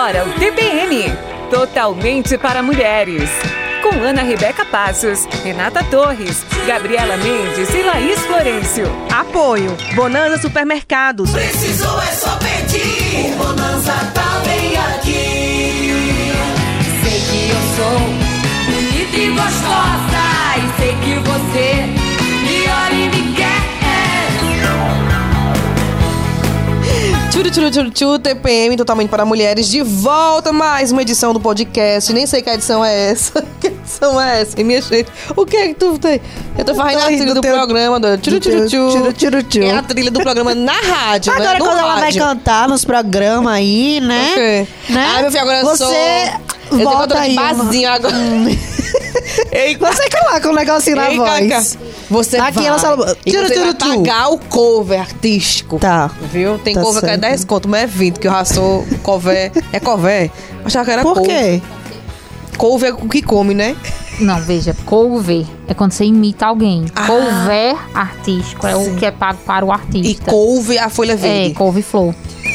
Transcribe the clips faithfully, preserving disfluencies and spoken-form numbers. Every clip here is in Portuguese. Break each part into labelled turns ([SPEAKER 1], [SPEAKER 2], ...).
[SPEAKER 1] agora o T P M, totalmente para mulheres. Com Ana Rebeca Passos, Renata Torres, Gabriela Mendes e Laís Florencio.
[SPEAKER 2] Apoio Bonanza Supermercados.
[SPEAKER 3] Precisou é só pedir, o Bonanza tá bem aqui.
[SPEAKER 4] Sei que eu sou bonita e gostosa, e sei que você me olha e me quer.
[SPEAKER 2] Tchuru, tchuru, tchuru, tchuru, T P M, totalmente para mulheres, de volta, mais uma edição do podcast. Nem sei que edição é essa. Que edição é essa? E minha gente, o que é que tu tem? Eu tô fazendo a trilha do, do programa do tchuru, tchuru, tchuru, tchuru, tchuru. É a trilha do programa na rádio,
[SPEAKER 5] agora,
[SPEAKER 2] né?
[SPEAKER 5] Agora, quando
[SPEAKER 2] rádio.
[SPEAKER 5] ela vai cantar nos programas aí, né?
[SPEAKER 2] Okay.
[SPEAKER 5] né?
[SPEAKER 2] Ai, meu filho, agora
[SPEAKER 5] Você
[SPEAKER 2] eu sou...
[SPEAKER 5] volta
[SPEAKER 2] eu
[SPEAKER 5] aí.
[SPEAKER 2] Bazinho agora.
[SPEAKER 5] Ei, você coloca um negocinho na
[SPEAKER 2] Ei,
[SPEAKER 5] voz.
[SPEAKER 2] Caca. Você
[SPEAKER 5] aqui
[SPEAKER 2] vai,
[SPEAKER 5] ela fala,
[SPEAKER 2] e você vai pagar o cover artístico.
[SPEAKER 5] Tá.
[SPEAKER 2] Viu? Tem
[SPEAKER 5] tá
[SPEAKER 2] cover que é dez conto, mas é vinte, que eu já sou cover. É cover? Achava que era
[SPEAKER 5] Por
[SPEAKER 2] cover.
[SPEAKER 5] Por quê?
[SPEAKER 2] Cover é o que come, né?
[SPEAKER 6] Não, veja, cover é quando você imita alguém.
[SPEAKER 2] Ah.
[SPEAKER 6] Cover artístico é Sim. o que é pago para o artista.
[SPEAKER 2] E couve a folha verde.
[SPEAKER 6] É, couve-flor.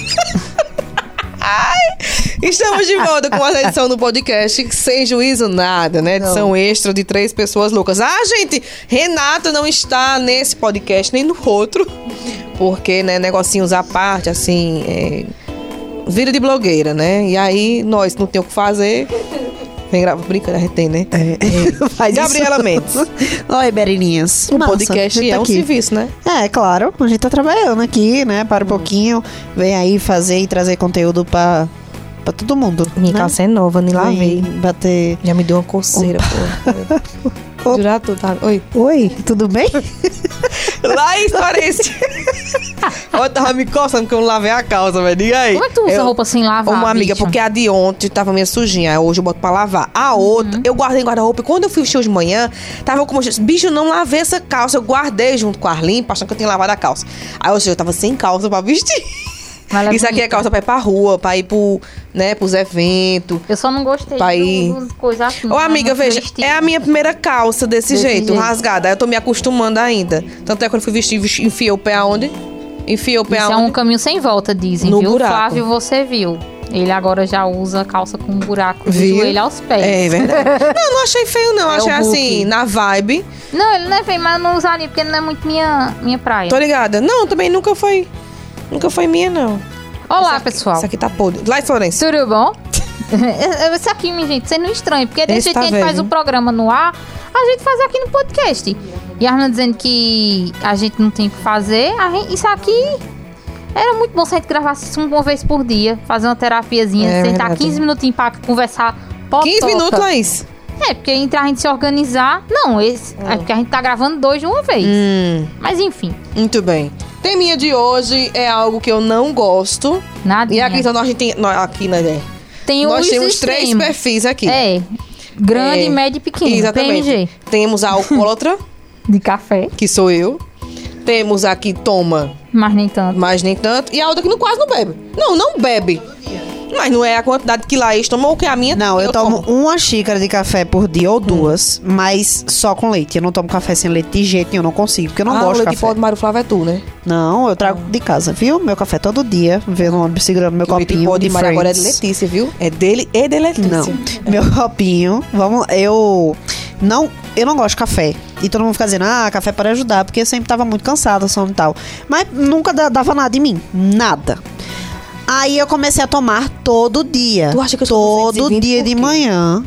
[SPEAKER 2] Ai, estamos de volta com a edição do podcast Sem Juízo Nada, né? Edição não. extra de três pessoas loucas. Ah, gente, Renato não está nesse podcast nem no outro, porque, né, negocinhos à parte, assim, é, vida de blogueira, né? E aí, nós não temos o que fazer. Vem gravar, brincando, a gente tem, né?
[SPEAKER 5] É. É. Faz
[SPEAKER 2] Gabriela
[SPEAKER 5] isso.
[SPEAKER 2] Mendes.
[SPEAKER 5] Oi, Berininhas.
[SPEAKER 2] O Nossa, podcast é tá um aqui. serviço, né?
[SPEAKER 5] É, claro. A gente tá trabalhando aqui, né? Para um hum. pouquinho. Vem aí fazer e trazer conteúdo pra, pra todo mundo.
[SPEAKER 2] Minha
[SPEAKER 5] né?
[SPEAKER 2] calça é nova, nem lavei.
[SPEAKER 5] Bater...
[SPEAKER 2] Já me deu uma coceira, pô. Jurar tudo, tá? Oi.
[SPEAKER 5] Oi, tudo bem?
[SPEAKER 2] Laís Florencio. Eu tava me coçando porque eu não lavei a calça, velho. Diga aí.
[SPEAKER 6] Como é que tu usa eu, roupa sem lavar,
[SPEAKER 2] Uma amiga,
[SPEAKER 6] bicho?
[SPEAKER 2] Porque a de ontem tava meio sujinha. Hoje eu boto pra lavar. A outra, uhum. eu guardei em guarda-roupa. E quando eu fui vestir hoje de manhã, tava como... Bicho, eu não lavei essa calça. Eu guardei junto com a limpa, achando que eu tinha lavado a calça. Aí hoje eu tava sem calça pra vestir.
[SPEAKER 6] É
[SPEAKER 2] Isso aqui é calça pra ir pra rua, pra ir pro, né, pros eventos.
[SPEAKER 6] Eu só não gostei
[SPEAKER 2] pra ir...
[SPEAKER 6] de coisas assim.
[SPEAKER 2] Ô, amiga, veja,
[SPEAKER 6] vestir.
[SPEAKER 2] é a minha primeira calça desse, desse jeito, jeito, rasgada. Aí eu tô me acostumando ainda. Tanto é que quando eu fui vestir, enfiei o pé aonde? Enfiei o pé
[SPEAKER 6] Isso
[SPEAKER 2] aonde?
[SPEAKER 6] é um caminho sem volta, dizem,
[SPEAKER 2] no
[SPEAKER 6] viu?
[SPEAKER 2] Buraco.
[SPEAKER 6] Flávio, você viu. Ele agora já usa calça com um buraco do
[SPEAKER 2] Viu?
[SPEAKER 6] joelho aos pés.
[SPEAKER 2] É verdade. Não, não achei feio, não. É achei assim, na vibe.
[SPEAKER 6] Não, ele não é feio, mas eu não usaria, porque não é muito minha, minha praia.
[SPEAKER 2] Tô ligada. Não, também nunca foi. Nunca foi minha, não.
[SPEAKER 6] Olá,
[SPEAKER 2] aqui,
[SPEAKER 6] pessoal.
[SPEAKER 2] Isso aqui tá podre. Laís Florencio.
[SPEAKER 6] Tudo bom? Isso aqui, minha gente, você não estranha, porque desde que
[SPEAKER 2] tá
[SPEAKER 6] a gente
[SPEAKER 2] velho.
[SPEAKER 6] faz o programa no ar, a gente faz aqui no podcast. E a Arna dizendo que a gente não tem o que fazer, a gente, isso aqui era muito bom se a gente gravasse isso uma vez por dia, fazer uma terapiazinha,
[SPEAKER 2] é
[SPEAKER 6] sentar
[SPEAKER 2] verdade.
[SPEAKER 6] quinze minutinhos pra conversar. Potoca.
[SPEAKER 2] quinze minutos, Laís?
[SPEAKER 6] É, porque entre a gente se organizar. Não, esse, hum. é porque a gente tá gravando dois de uma vez.
[SPEAKER 2] Hum.
[SPEAKER 6] Mas enfim.
[SPEAKER 2] Muito bem. Teminha de hoje é algo que eu não gosto.
[SPEAKER 6] Nada.
[SPEAKER 2] E aqui, então, nós, tem, nós, aqui né,
[SPEAKER 6] tem
[SPEAKER 2] nós temos
[SPEAKER 6] extremos.
[SPEAKER 2] três perfis aqui.
[SPEAKER 6] É. Grande, é. médio e pequeno.
[SPEAKER 2] Exatamente.
[SPEAKER 6] P M G.
[SPEAKER 2] Temos a alcoólatra.
[SPEAKER 6] De café.
[SPEAKER 2] Que sou eu. Temos a que toma.
[SPEAKER 6] Mas nem tanto.
[SPEAKER 2] Mas nem tanto. E a outra que não, quase não bebe. Não, não bebe. Mas não é a quantidade que Laís toma ou que a minha.
[SPEAKER 5] Não, eu, eu tomo, tomo uma xícara de café por dia ou duas, hum. mas só com leite. Eu não tomo café sem leite de jeito nenhum, eu não consigo, porque eu não
[SPEAKER 2] ah,
[SPEAKER 5] gosto de café.
[SPEAKER 2] Ah, o leite de Mário Flávio é tu, né?
[SPEAKER 5] Não, eu trago ah. de casa, viu? Meu café todo dia, vendo o ônibus segurando meu que copinho
[SPEAKER 2] o
[SPEAKER 5] de
[SPEAKER 2] Mário agora é de Letícia, viu? É dele e de Letícia.
[SPEAKER 5] Não, meu copinho, vamos, eu não, eu não gosto de café. E todo mundo fica dizendo, ah, café para ajudar, porque eu sempre tava muito cansada, sono e tal. Mas nunca dava nada em mim, nada. Aí eu comecei a tomar todo dia.
[SPEAKER 2] Tu acha que eu sou
[SPEAKER 5] todo dia de manhã.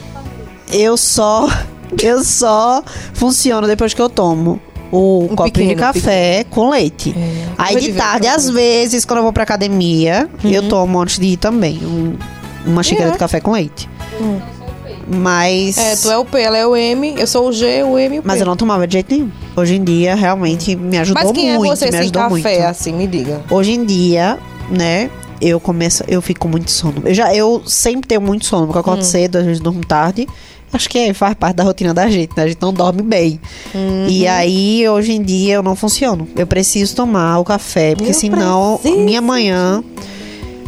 [SPEAKER 5] Eu só eu só funciono depois que eu tomo o um copinho pequeno, de café pequeno. com leite. É, Aí de tarde, às vezes, quando eu vou pra academia, uhum. eu tomo antes de ir também um, uma xícara é. de café com leite. Hum. Mas...
[SPEAKER 2] É, tu é o P, ela é o M, eu sou o G, o M e o P.
[SPEAKER 5] Mas eu não tomava de jeito nenhum. Hoje em dia, realmente, me ajudou muito.
[SPEAKER 2] Mas quem
[SPEAKER 5] muito,
[SPEAKER 2] é você
[SPEAKER 5] me
[SPEAKER 2] sem
[SPEAKER 5] ajudou
[SPEAKER 2] café,
[SPEAKER 5] muito.
[SPEAKER 2] assim, me diga.
[SPEAKER 5] Hoje em dia, né, eu começo, eu fico com muito sono. Eu, já, eu sempre tenho muito sono, porque eu acordo hum. cedo, às vezes durmo tarde. Acho que faz parte da rotina da gente, né? A gente não dorme bem. Uhum. E aí, hoje em dia, eu não funciono. Eu preciso tomar o café, porque eu senão, preciso. minha manhã...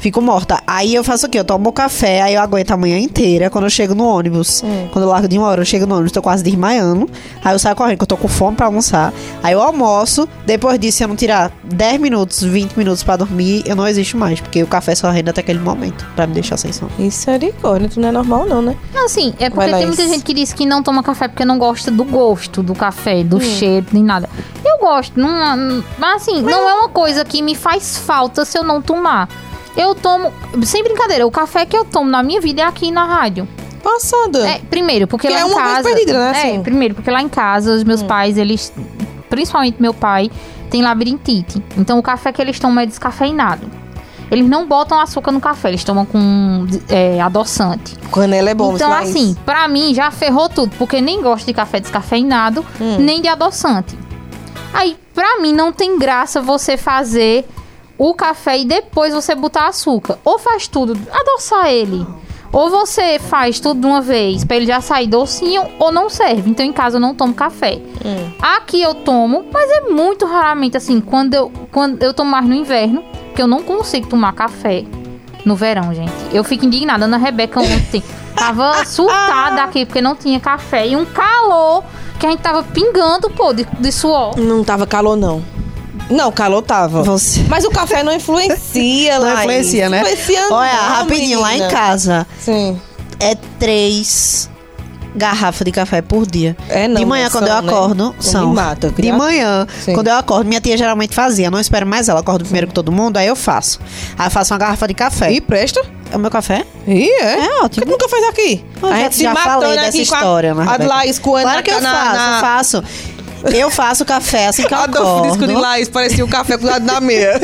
[SPEAKER 5] Fico morta. Aí eu faço o quê? Eu tomo café, aí eu aguento a manhã inteira. Quando eu chego no ônibus, hum. quando eu largo de uma hora, eu chego no ônibus, tô quase desmaiando. Aí eu saio correndo, que eu tô com fome pra almoçar. Aí eu almoço. Depois disso, se eu não tirar dez minutos, vinte minutos pra dormir, eu não existo mais. Porque o café só rende até aquele momento, pra me deixar sem sono.
[SPEAKER 2] Isso é licor, tu não é normal não, né?
[SPEAKER 6] Não, assim, é porque tem muita gente que diz que não toma café porque não gosta do gosto do café, do hum. cheiro, nem nada. Eu gosto, não, mas assim, mas não é uma coisa que me faz falta se eu não tomar. Eu tomo, sem brincadeira, o café que eu tomo na minha vida é aqui na rádio.
[SPEAKER 2] Passada.
[SPEAKER 6] É, primeiro, porque
[SPEAKER 2] que
[SPEAKER 6] lá
[SPEAKER 2] é
[SPEAKER 6] em
[SPEAKER 2] uma
[SPEAKER 6] casa...
[SPEAKER 2] vez perdida, né?
[SPEAKER 6] É,
[SPEAKER 2] assim.
[SPEAKER 6] primeiro, porque lá em casa, os meus hum. pais, eles... Principalmente meu pai, tem labirintite. Então, o café que eles tomam é descafeinado. Eles não botam açúcar no café, eles tomam com é, adoçante.
[SPEAKER 2] Canela é bom.
[SPEAKER 6] Então,
[SPEAKER 2] mas...
[SPEAKER 6] assim, pra mim, já ferrou tudo. Porque nem gosto de café descafeinado, hum. nem de adoçante. Aí, pra mim, não tem graça você fazer... o café e depois você botar açúcar. Ou faz tudo, adoçar ele. Ou você faz tudo de uma vez pra ele já sair docinho, ou não serve. Então em casa eu não tomo café. Hum. Aqui eu tomo, mas é muito raramente assim. Quando eu, quando eu tomo mais no inverno, porque eu não consigo tomar café no verão, gente. Eu fico indignada. Ana Rebeca ontem tava surtada aqui porque não tinha café. E um calor que a gente tava pingando, pô, de, de suor.
[SPEAKER 2] Não tava calor, não. Não, calor tava.
[SPEAKER 5] Você...
[SPEAKER 2] Mas o café não influencia,
[SPEAKER 5] Não influencia, né?
[SPEAKER 2] Influencia
[SPEAKER 5] Olha,
[SPEAKER 2] não,
[SPEAKER 5] rapidinho,
[SPEAKER 2] menina.
[SPEAKER 5] lá em casa.
[SPEAKER 2] Sim.
[SPEAKER 5] É três garrafas de café por dia.
[SPEAKER 2] É, não.
[SPEAKER 5] De manhã, quando
[SPEAKER 2] são,
[SPEAKER 5] eu acordo,
[SPEAKER 2] né?
[SPEAKER 5] são.
[SPEAKER 2] Me mata,
[SPEAKER 5] de manhã,
[SPEAKER 2] Sim.
[SPEAKER 5] quando eu acordo, minha tia geralmente fazia. Não espero mais ela, acordo primeiro que todo mundo, aí eu faço. Aí eu faço uma garrafa de café.
[SPEAKER 2] E presta?
[SPEAKER 5] É o meu café?
[SPEAKER 2] Ih, é?
[SPEAKER 5] É ótimo.
[SPEAKER 2] Por que tu nunca fez aqui?
[SPEAKER 5] Eu já, já falei dessa história, né?
[SPEAKER 2] A Laís com
[SPEAKER 5] Claro que eu
[SPEAKER 2] na,
[SPEAKER 5] faço,
[SPEAKER 2] na...
[SPEAKER 5] eu faço. Eu faço café assim que eu
[SPEAKER 2] Adolfo
[SPEAKER 5] acordo.
[SPEAKER 2] disco de Laís, parecia um café com lado da meia.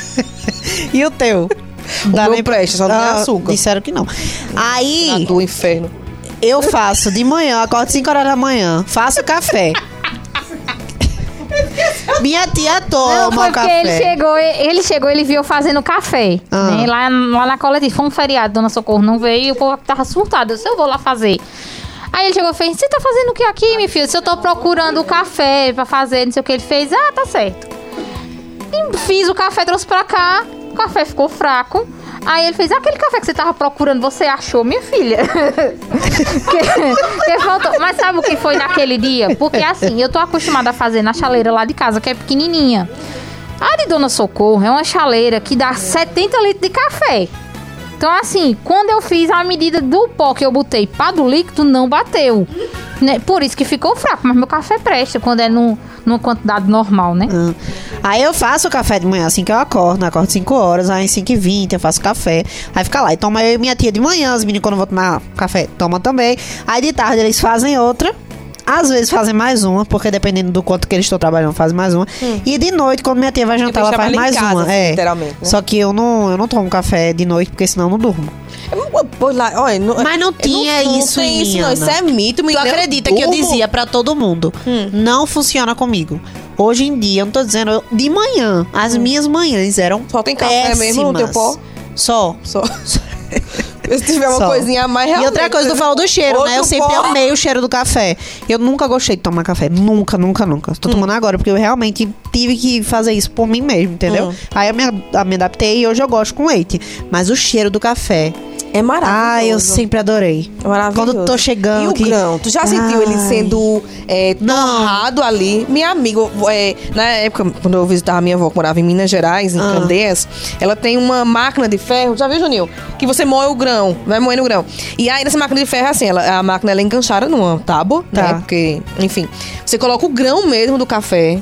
[SPEAKER 5] E o teu?
[SPEAKER 2] O
[SPEAKER 5] Dá
[SPEAKER 2] meu
[SPEAKER 5] nem...
[SPEAKER 2] presta, só não tem
[SPEAKER 5] ah,
[SPEAKER 2] açúcar.
[SPEAKER 5] Disseram que não. Aí...
[SPEAKER 2] Ah, do inferno.
[SPEAKER 5] Eu faço de manhã, acordo cinco horas da manhã, faço café. Minha tia toma
[SPEAKER 6] não, foi
[SPEAKER 5] o
[SPEAKER 6] porque
[SPEAKER 5] café.
[SPEAKER 6] ele chegou, ele chegou, ele viu fazendo café.
[SPEAKER 5] Ah.
[SPEAKER 6] Né? Lá, lá na coletiva, foi um feriado, Dona Socorro não veio e o povo tava surtado. Eu disse, eu vou lá fazer. Aí ele chegou e fez, você tá fazendo o que aqui, minha filha? Se eu tô procurando o café pra fazer, não sei o que. Ele fez, ah, tá certo. E fiz o café, trouxe pra cá, o café ficou fraco. Aí ele fez, aquele café que você tava procurando, você achou, minha filha? que, que faltou. Mas sabe o que foi naquele dia? Porque assim, eu tô acostumada a fazer na chaleira lá de casa, que é pequenininha. A de Dona Socorro é uma chaleira que dá setenta litros de café. Então assim, quando eu fiz a medida do pó que eu botei para do líquido, não bateu. Né? Por isso que ficou fraco, mas meu café presta quando é no, numa quantidade normal, né?
[SPEAKER 5] Hum. Aí eu faço o café de manhã assim que eu acordo, né? Acordo cinco horas, aí cinco e vinte eu faço café. Aí fica lá, e toma eu e minha tia de manhã, os meninos quando eu vou tomar café, tomam também. Aí de tarde eles fazem outra. Às vezes fazem mais uma, porque dependendo do quanto que eles estão trabalhando, fazem mais uma. Hum. E de noite, quando minha tia vai jantar, ela faz mais casa, uma.
[SPEAKER 2] Assim,
[SPEAKER 5] é.
[SPEAKER 2] Literalmente. Né?
[SPEAKER 5] Só que eu não, eu não tomo café de noite, porque senão eu não durmo.
[SPEAKER 2] Pois lá, olha, não,
[SPEAKER 5] Mas não tinha
[SPEAKER 2] não,
[SPEAKER 5] isso
[SPEAKER 2] não
[SPEAKER 5] em
[SPEAKER 2] tem isso,
[SPEAKER 5] mim,
[SPEAKER 2] não. Isso é mito,
[SPEAKER 5] Tu
[SPEAKER 2] menina.
[SPEAKER 5] acredita que eu dizia pra todo mundo, hum. não funciona comigo. Hoje em dia, eu não tô dizendo, eu, de manhã, as hum. minhas manhãs eram
[SPEAKER 2] Só tem café
[SPEAKER 5] péssimas.
[SPEAKER 2] mesmo no teu pó?
[SPEAKER 5] Só.
[SPEAKER 2] Só. Se tiver uma
[SPEAKER 5] Só.
[SPEAKER 2] coisinha a mais, realmente.
[SPEAKER 5] E outra coisa, tu falou do cheiro, né? Eu sempre pó. amei o cheiro do café. Eu nunca gostei de tomar café. Nunca, nunca, nunca. Tô hum. tomando agora, porque eu realmente tive que fazer isso por mim mesmo, entendeu? Hum. Aí eu me, eu me adaptei e hoje eu gosto com leite. Mas o cheiro do café...
[SPEAKER 2] É maravilhoso.
[SPEAKER 5] Ah, eu sempre adorei.
[SPEAKER 2] É maravilhoso.
[SPEAKER 5] Quando tô chegando...
[SPEAKER 2] E o
[SPEAKER 5] que...
[SPEAKER 2] grão? Tu já Ai. sentiu ele sendo é, torrado ali? Minha amiga, é, na época, quando eu visitava a minha avó, que morava em Minas Gerais, em ah. Candeias, ela tem uma máquina de ferro, já viu, Juninho? Que você moe o grão, vai moendo o grão. E aí, nessa máquina de ferro, assim, ela, a máquina ela é enganchada numa tábua, tá. né? Porque, enfim, você coloca o grão mesmo do café...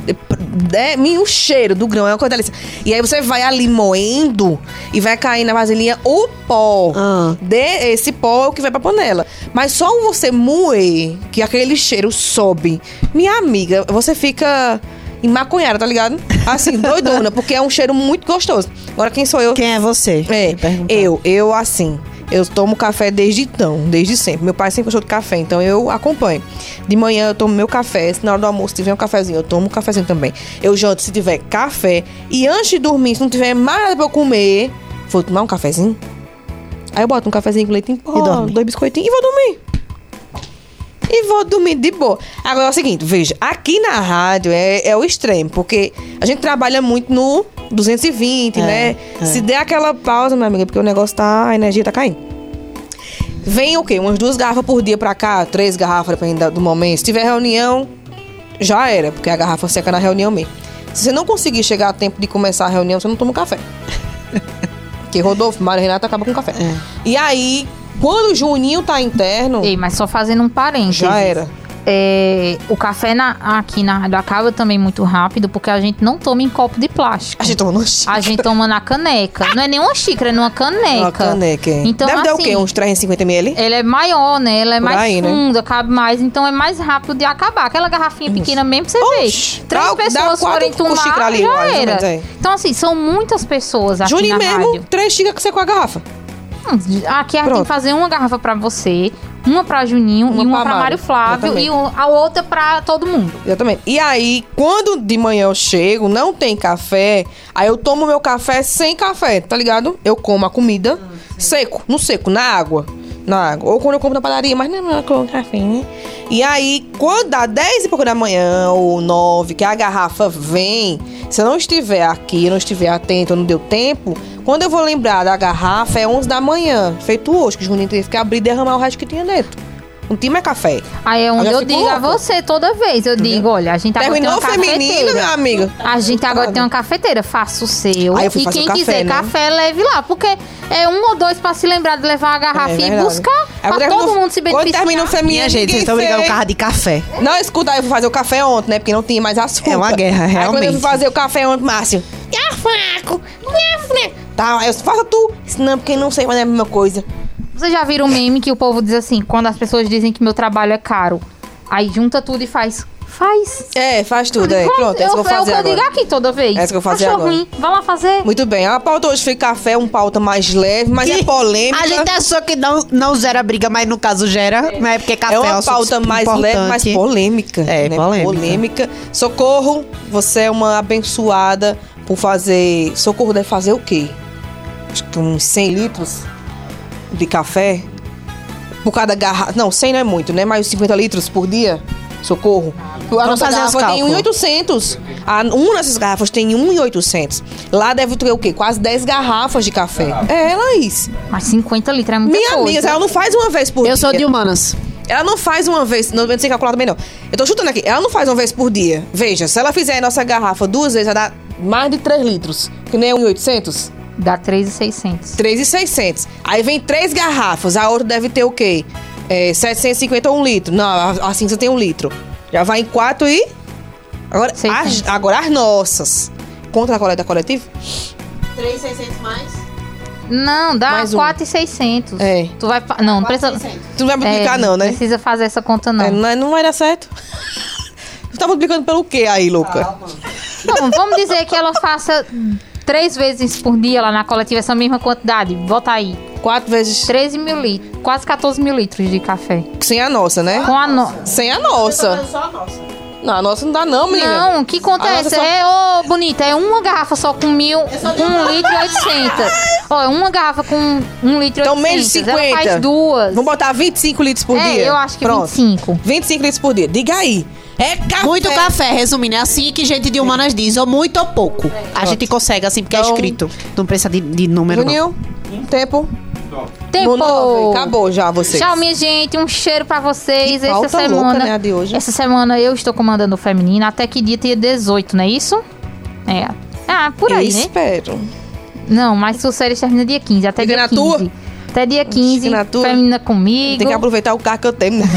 [SPEAKER 2] É, o cheiro do grão é uma coisa delícia. E aí você vai ali moendo e vai cair na vasilhinha o pó.
[SPEAKER 5] Ah.
[SPEAKER 2] De, esse pó é o que vai pra panela. Mas só você moer, que aquele cheiro sobe. Minha amiga, você fica emaconhada, tá ligado? Assim, doidona, porque é um cheiro muito gostoso. Agora, quem sou eu?
[SPEAKER 5] Quem é você?
[SPEAKER 2] É, eu, eu assim... Eu tomo café desde então, desde sempre. Meu pai sempre gostou de café, então eu acompanho. De manhã eu tomo meu café, se na hora do almoço tiver um cafezinho, eu tomo um cafezinho também. Eu janto se tiver café. E antes de dormir, se não tiver mais nada pra eu comer, vou tomar um cafezinho. Aí eu boto um cafezinho com leite em pó, dois biscoitinhos e vou dormir. E vou dormir de boa. Agora é o seguinte, veja, aqui na rádio é, é o extremo, porque a gente trabalha muito no duzentos e vinte,
[SPEAKER 5] É,
[SPEAKER 2] né?
[SPEAKER 5] é.
[SPEAKER 2] Se der aquela pausa, minha amiga, porque o negócio tá... A energia tá caindo. Vem o quê? Umas duas garrafas por dia pra cá, três garrafas, dependendo do momento. Se tiver reunião, já era, porque a garrafa seca na reunião mesmo. Se você não conseguir chegar a tempo de começar a reunião, você não toma café. Porque Rodolfo, Mário e Renato acaba com café.
[SPEAKER 5] É.
[SPEAKER 2] E aí, quando o Juninho tá interno,
[SPEAKER 6] Ei, mas só fazendo um parênteses.
[SPEAKER 2] já era.
[SPEAKER 6] É, o café na- aqui na rádio acaba também muito rápido, porque a gente não toma em copo de plástico.
[SPEAKER 2] A gente toma no xícara.
[SPEAKER 6] A gente toma na caneca. Não é nem uma xícara, é numa caneca.
[SPEAKER 2] Uma caneca, é.
[SPEAKER 6] Então,
[SPEAKER 2] Deve dar o
[SPEAKER 6] assim,
[SPEAKER 2] quê? Uns trezentos e cinquenta mililitros?
[SPEAKER 6] Ela é maior, né? Ela é
[SPEAKER 2] Por
[SPEAKER 6] mais
[SPEAKER 2] aí, né?
[SPEAKER 6] funda, cabe mais. Então é mais rápido de acabar. Aquela garrafinha pequena mesmo, pra você
[SPEAKER 2] Oxi,
[SPEAKER 6] ver. Três
[SPEAKER 2] dá- dá
[SPEAKER 6] pessoas
[SPEAKER 2] quatro
[SPEAKER 6] forem tomar,
[SPEAKER 2] xícaras ali,
[SPEAKER 6] já
[SPEAKER 2] mais ou
[SPEAKER 6] era.
[SPEAKER 2] menos, é.
[SPEAKER 6] Então, assim, são muitas pessoas aqui
[SPEAKER 2] Juninho
[SPEAKER 6] na
[SPEAKER 2] mesmo,
[SPEAKER 6] rádio.
[SPEAKER 2] três xícaras que você com a garrafa.
[SPEAKER 6] Hum, Aqui a gente tem
[SPEAKER 2] Pronto.
[SPEAKER 6] que fazer uma garrafa pra você, uma pra Juninho
[SPEAKER 2] Uma
[SPEAKER 6] e uma
[SPEAKER 2] pra
[SPEAKER 6] pra
[SPEAKER 2] Mário.
[SPEAKER 6] Mário Flávio
[SPEAKER 2] Exatamente.
[SPEAKER 6] e um- a outra pra todo mundo.
[SPEAKER 2] Exatamente. E aí, quando de manhã eu chego, não tem café, aí eu tomo meu café sem café, tá ligado? Eu como a comida seco, no seco, na água. Na água. Ou quando eu como na padaria, mas não é com café, né? E aí, quando dá dez e pouco da manhã, ou nove, que a garrafa vem, se eu não estiver aqui, não estiver atento, não deu tempo, quando eu vou lembrar da garrafa, é onze da manhã, feito hoje, que o Juninho teve que abrir e derramar o resto que tinha dentro. Não tinha mais café.
[SPEAKER 6] Aí é onde
[SPEAKER 2] já
[SPEAKER 6] eu
[SPEAKER 2] fico
[SPEAKER 6] digo a
[SPEAKER 2] louca.
[SPEAKER 6] você toda vez. Eu digo, olha, a gente agora
[SPEAKER 2] Terminou
[SPEAKER 6] tem uma
[SPEAKER 2] feminino,
[SPEAKER 6] cafeteira.
[SPEAKER 2] meu amigo.
[SPEAKER 6] A gente agora tem uma cafeteira, faça o seu.
[SPEAKER 2] Aí eu fui
[SPEAKER 6] e
[SPEAKER 2] fazer
[SPEAKER 6] quem
[SPEAKER 2] o café,
[SPEAKER 6] quiser
[SPEAKER 2] né?
[SPEAKER 6] café, leve lá. Porque é um ou dois pra se lembrar de levar a garrafa
[SPEAKER 2] É
[SPEAKER 6] e
[SPEAKER 2] verdade.
[SPEAKER 6] buscar.
[SPEAKER 2] Aí
[SPEAKER 6] Pra
[SPEAKER 2] quando
[SPEAKER 6] todo
[SPEAKER 2] termina-
[SPEAKER 6] mundo se
[SPEAKER 2] Quando
[SPEAKER 6] beneficiar.
[SPEAKER 2] termina o feminino,
[SPEAKER 5] Minha gente, vocês
[SPEAKER 2] ninguém
[SPEAKER 5] estão ligando o
[SPEAKER 2] fez.
[SPEAKER 5] carro de café.
[SPEAKER 2] Não, escuta, aí eu fui fazer o café ontem, né? Porque não tinha mais açúcar.
[SPEAKER 5] É uma guerra,
[SPEAKER 2] Aí quando eu
[SPEAKER 5] realmente.
[SPEAKER 2] fui fazer o café ontem, Márcio, tá fraco, né? Tá, aí eu faça tu. Disse, não, porque não sei, mas é a mesma coisa.
[SPEAKER 6] Vocês já viram um meme que o povo diz assim, quando as pessoas dizem que meu trabalho é caro, aí junta tudo e faz. Faz.
[SPEAKER 2] É, faz tudo, é. Pronto, é isso que eu vou fazer
[SPEAKER 6] É o que eu
[SPEAKER 2] agora.
[SPEAKER 6] digo aqui toda vez.
[SPEAKER 2] É isso que eu vou fazer
[SPEAKER 6] Achou
[SPEAKER 2] agora.
[SPEAKER 6] ruim? Vai lá fazer.
[SPEAKER 2] Muito bem, a pauta hoje foi café, um pauta mais leve, mas é polêmica.
[SPEAKER 5] A gente achou que não, não gera briga, mas no caso gera. Mas é porque café
[SPEAKER 2] É uma
[SPEAKER 5] um assunto
[SPEAKER 2] pauta mais leve, mais
[SPEAKER 5] importante.
[SPEAKER 2] polêmica.
[SPEAKER 5] É,
[SPEAKER 2] né?
[SPEAKER 5] polêmica.
[SPEAKER 2] polêmica. Socorro, você é uma abençoada por fazer... Socorro deve fazer o quê? Acho que uns cem litros de café por cada garrafa. Não, cem não é muito, né? Mais cinquenta litros por dia. Socorro. A
[SPEAKER 5] Vamos
[SPEAKER 2] nossa
[SPEAKER 5] fazer os
[SPEAKER 2] garrafa tem um e
[SPEAKER 5] cálculos.
[SPEAKER 2] oitocentos. A, uma dessas garrafas tem um e oitocentos. Lá deve ter o quê? Quase dez garrafas de café. É, Laís.
[SPEAKER 6] Mas cinquenta litros é muita
[SPEAKER 2] Minha
[SPEAKER 6] coisa.
[SPEAKER 2] amiga, ela não faz uma vez por dia.
[SPEAKER 5] Eu sou de humanas.
[SPEAKER 2] Ela não faz uma vez, não sei calcular também não. Eu tô chutando aqui, ela não faz uma vez por dia. Veja, se ela fizer a nossa garrafa duas vezes, vai dar mais de três litros. Que nem um e oitocentos?
[SPEAKER 6] Dá três mil e seiscentos.
[SPEAKER 2] três mil e seiscentos. Aí vem três garrafas, a outra deve ter o quê? É, setecentos e cinquenta ou um litro. Não, a, a cinza tem um litro. Já vai em quatro e... Agora, as,
[SPEAKER 6] seiscentos.
[SPEAKER 2] agora as nossas. Conta a coleta coletiva?
[SPEAKER 5] três mil e seiscentos mais?
[SPEAKER 6] Não, dá
[SPEAKER 2] Mais um.
[SPEAKER 6] quatro mil e seiscentos.
[SPEAKER 2] É.
[SPEAKER 6] Tu vai... fa- Não, não precisa...
[SPEAKER 2] Tu não vai multiplicar
[SPEAKER 6] É,
[SPEAKER 2] não, né?
[SPEAKER 6] precisa fazer essa conta, não.
[SPEAKER 2] É, não, não vai dar certo. Tu tá multiplicando pelo quê aí, louca?
[SPEAKER 6] Não, vamos dizer que ela faça três vezes por dia lá na coletiva essa mesma quantidade. Bota aí.
[SPEAKER 2] Quatro vezes...
[SPEAKER 6] treze mil litros. Quase quatorze mil litros de café.
[SPEAKER 2] Sem a nossa, né?
[SPEAKER 6] Com a no...
[SPEAKER 2] Sem a nossa.
[SPEAKER 5] Só a nossa.
[SPEAKER 2] Não, a nossa não dá não, menina.
[SPEAKER 6] Não, que conta
[SPEAKER 2] A
[SPEAKER 6] é
[SPEAKER 2] nossa
[SPEAKER 6] essa?
[SPEAKER 2] só-
[SPEAKER 6] É, ô, bonita, é uma garrafa só com mil, com um litro e oitocentos. Ó, é uma garrafa com um litro e
[SPEAKER 2] Então,
[SPEAKER 6] oitocentos.
[SPEAKER 2] menos de
[SPEAKER 6] Ela
[SPEAKER 2] cinquenta.
[SPEAKER 6] faz duas.
[SPEAKER 2] Vamos botar vinte e cinco litros por
[SPEAKER 6] É,
[SPEAKER 2] dia?
[SPEAKER 6] eu acho que
[SPEAKER 2] Pronto.
[SPEAKER 6] vinte e cinco.
[SPEAKER 2] vinte e cinco litros por dia. Diga aí. É café.
[SPEAKER 5] Muito café, resumindo. É assim que gente de humanas diz, ou muito ou pouco. A gente consegue, assim, porque
[SPEAKER 2] Então-
[SPEAKER 5] é escrito. Não precisa de, de número, não.
[SPEAKER 2] Juninho, tempo.
[SPEAKER 6] Tempo.
[SPEAKER 2] nove. Acabou já, vocês.
[SPEAKER 6] Tchau, minha gente. Um cheiro pra vocês.
[SPEAKER 2] Que
[SPEAKER 6] Essa
[SPEAKER 2] pauta
[SPEAKER 6] semana.
[SPEAKER 2] louca, né, a de hoje.
[SPEAKER 6] Essa semana eu estou comandando o feminino. Até que dia dia dezoito, não é isso? É. Ah, por aí,
[SPEAKER 2] eu
[SPEAKER 6] né?
[SPEAKER 2] espero.
[SPEAKER 6] Não, mas o série termina dia quinze. Até
[SPEAKER 2] Fica
[SPEAKER 6] dia
[SPEAKER 2] na
[SPEAKER 6] quinze.
[SPEAKER 2] tua?
[SPEAKER 6] Até dia quinze.
[SPEAKER 2] Fica na tua?
[SPEAKER 6] Feminina comigo.
[SPEAKER 2] Tem que aproveitar o carro que eu tenho. né?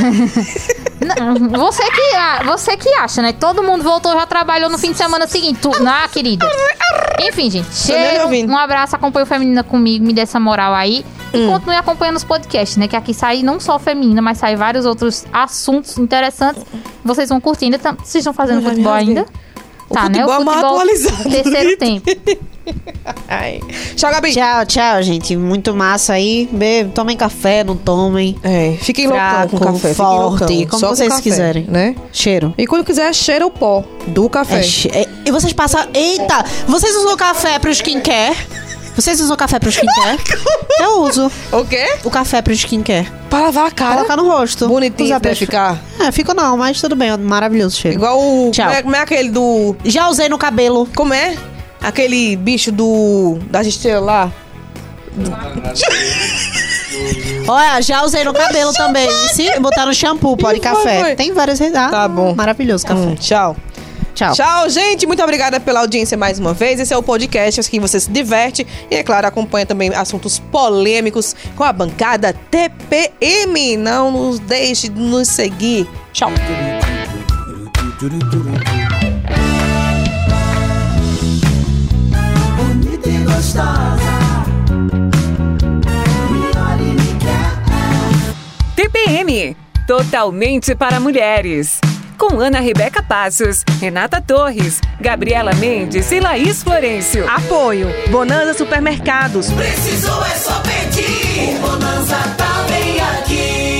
[SPEAKER 6] Não, você que, a- você que acha, né? Todo mundo voltou, já trabalhou no fim de semana seguinte. Tu, não, querida. Enfim, gente.
[SPEAKER 2] nem
[SPEAKER 6] Cheiro,
[SPEAKER 2] ouvindo.
[SPEAKER 6] um abraço. Acompanhe o Feminina comigo. Me dê essa moral aí. E
[SPEAKER 2] Hum.
[SPEAKER 6] continue acompanhando os podcasts, né? Que aqui sai não só Feminina, mas sai vários outros assuntos interessantes. Vocês vão curtindo. Então, vocês estão fazendo
[SPEAKER 2] Eu já me
[SPEAKER 6] futebol
[SPEAKER 2] rasguei.
[SPEAKER 6] ainda?
[SPEAKER 2] O
[SPEAKER 6] Tá, né?
[SPEAKER 2] futebol é mais atualizado,
[SPEAKER 6] Terceiro
[SPEAKER 2] Rita.
[SPEAKER 6] tempo.
[SPEAKER 2] Ai. Tchau, Gabi.
[SPEAKER 5] Tchau, tchau, gente. Muito massa aí. Be tomem café, não tomem.
[SPEAKER 2] É, fiquem loucão
[SPEAKER 5] Fraco,
[SPEAKER 2] com café.
[SPEAKER 5] forte,
[SPEAKER 2] fiquem loucão.
[SPEAKER 5] como
[SPEAKER 2] Só com
[SPEAKER 5] vocês
[SPEAKER 2] café,
[SPEAKER 5] quiserem.
[SPEAKER 2] Né?
[SPEAKER 5] Cheiro.
[SPEAKER 2] E quando quiser, cheira o pó do café.
[SPEAKER 5] É che- é- e vocês passam... Eita! Vocês usam café pro skincare? Vocês usam café pro skincare? Eu uso
[SPEAKER 2] O quê?
[SPEAKER 5] o café pro skincare.
[SPEAKER 2] Pra lavar a cara.
[SPEAKER 5] Colocar no rosto.
[SPEAKER 2] Bonitinho
[SPEAKER 5] Usar
[SPEAKER 2] deve
[SPEAKER 5] pra-
[SPEAKER 2] ficar.
[SPEAKER 5] É, fica não, mas tudo bem. Maravilhoso o cheiro.
[SPEAKER 2] Igual o...
[SPEAKER 5] Tchau.
[SPEAKER 2] Como é, como é aquele do...
[SPEAKER 5] Já usei no cabelo.
[SPEAKER 2] Como é? aquele bicho do das estrelas lá.
[SPEAKER 5] Olha, já usei no cabelo também. Se botar no shampoo, pó de café.
[SPEAKER 2] foi?
[SPEAKER 5] Tem várias. Ah,
[SPEAKER 2] Tá bom.
[SPEAKER 5] Maravilhoso café.
[SPEAKER 2] Hum, tchau.
[SPEAKER 5] Tchau.
[SPEAKER 2] Tchau, gente. Muito obrigada pela audiência mais uma vez. Esse é o podcast em que você se diverte e, é claro, acompanha também assuntos polêmicos com a bancada T P M. Não nos deixe de nos seguir. Tchau.
[SPEAKER 3] Bonita e gostosa. Me olha e me quer.
[SPEAKER 1] T P M, totalmente para mulheres. Com Ana Rebeca Passos, Renata Torres, Gabriela Mendes e Laís Florencio.
[SPEAKER 2] Apoio. Bonanza Supermercados.
[SPEAKER 3] Precisou é só pedir. O Bonanza tá bem aqui.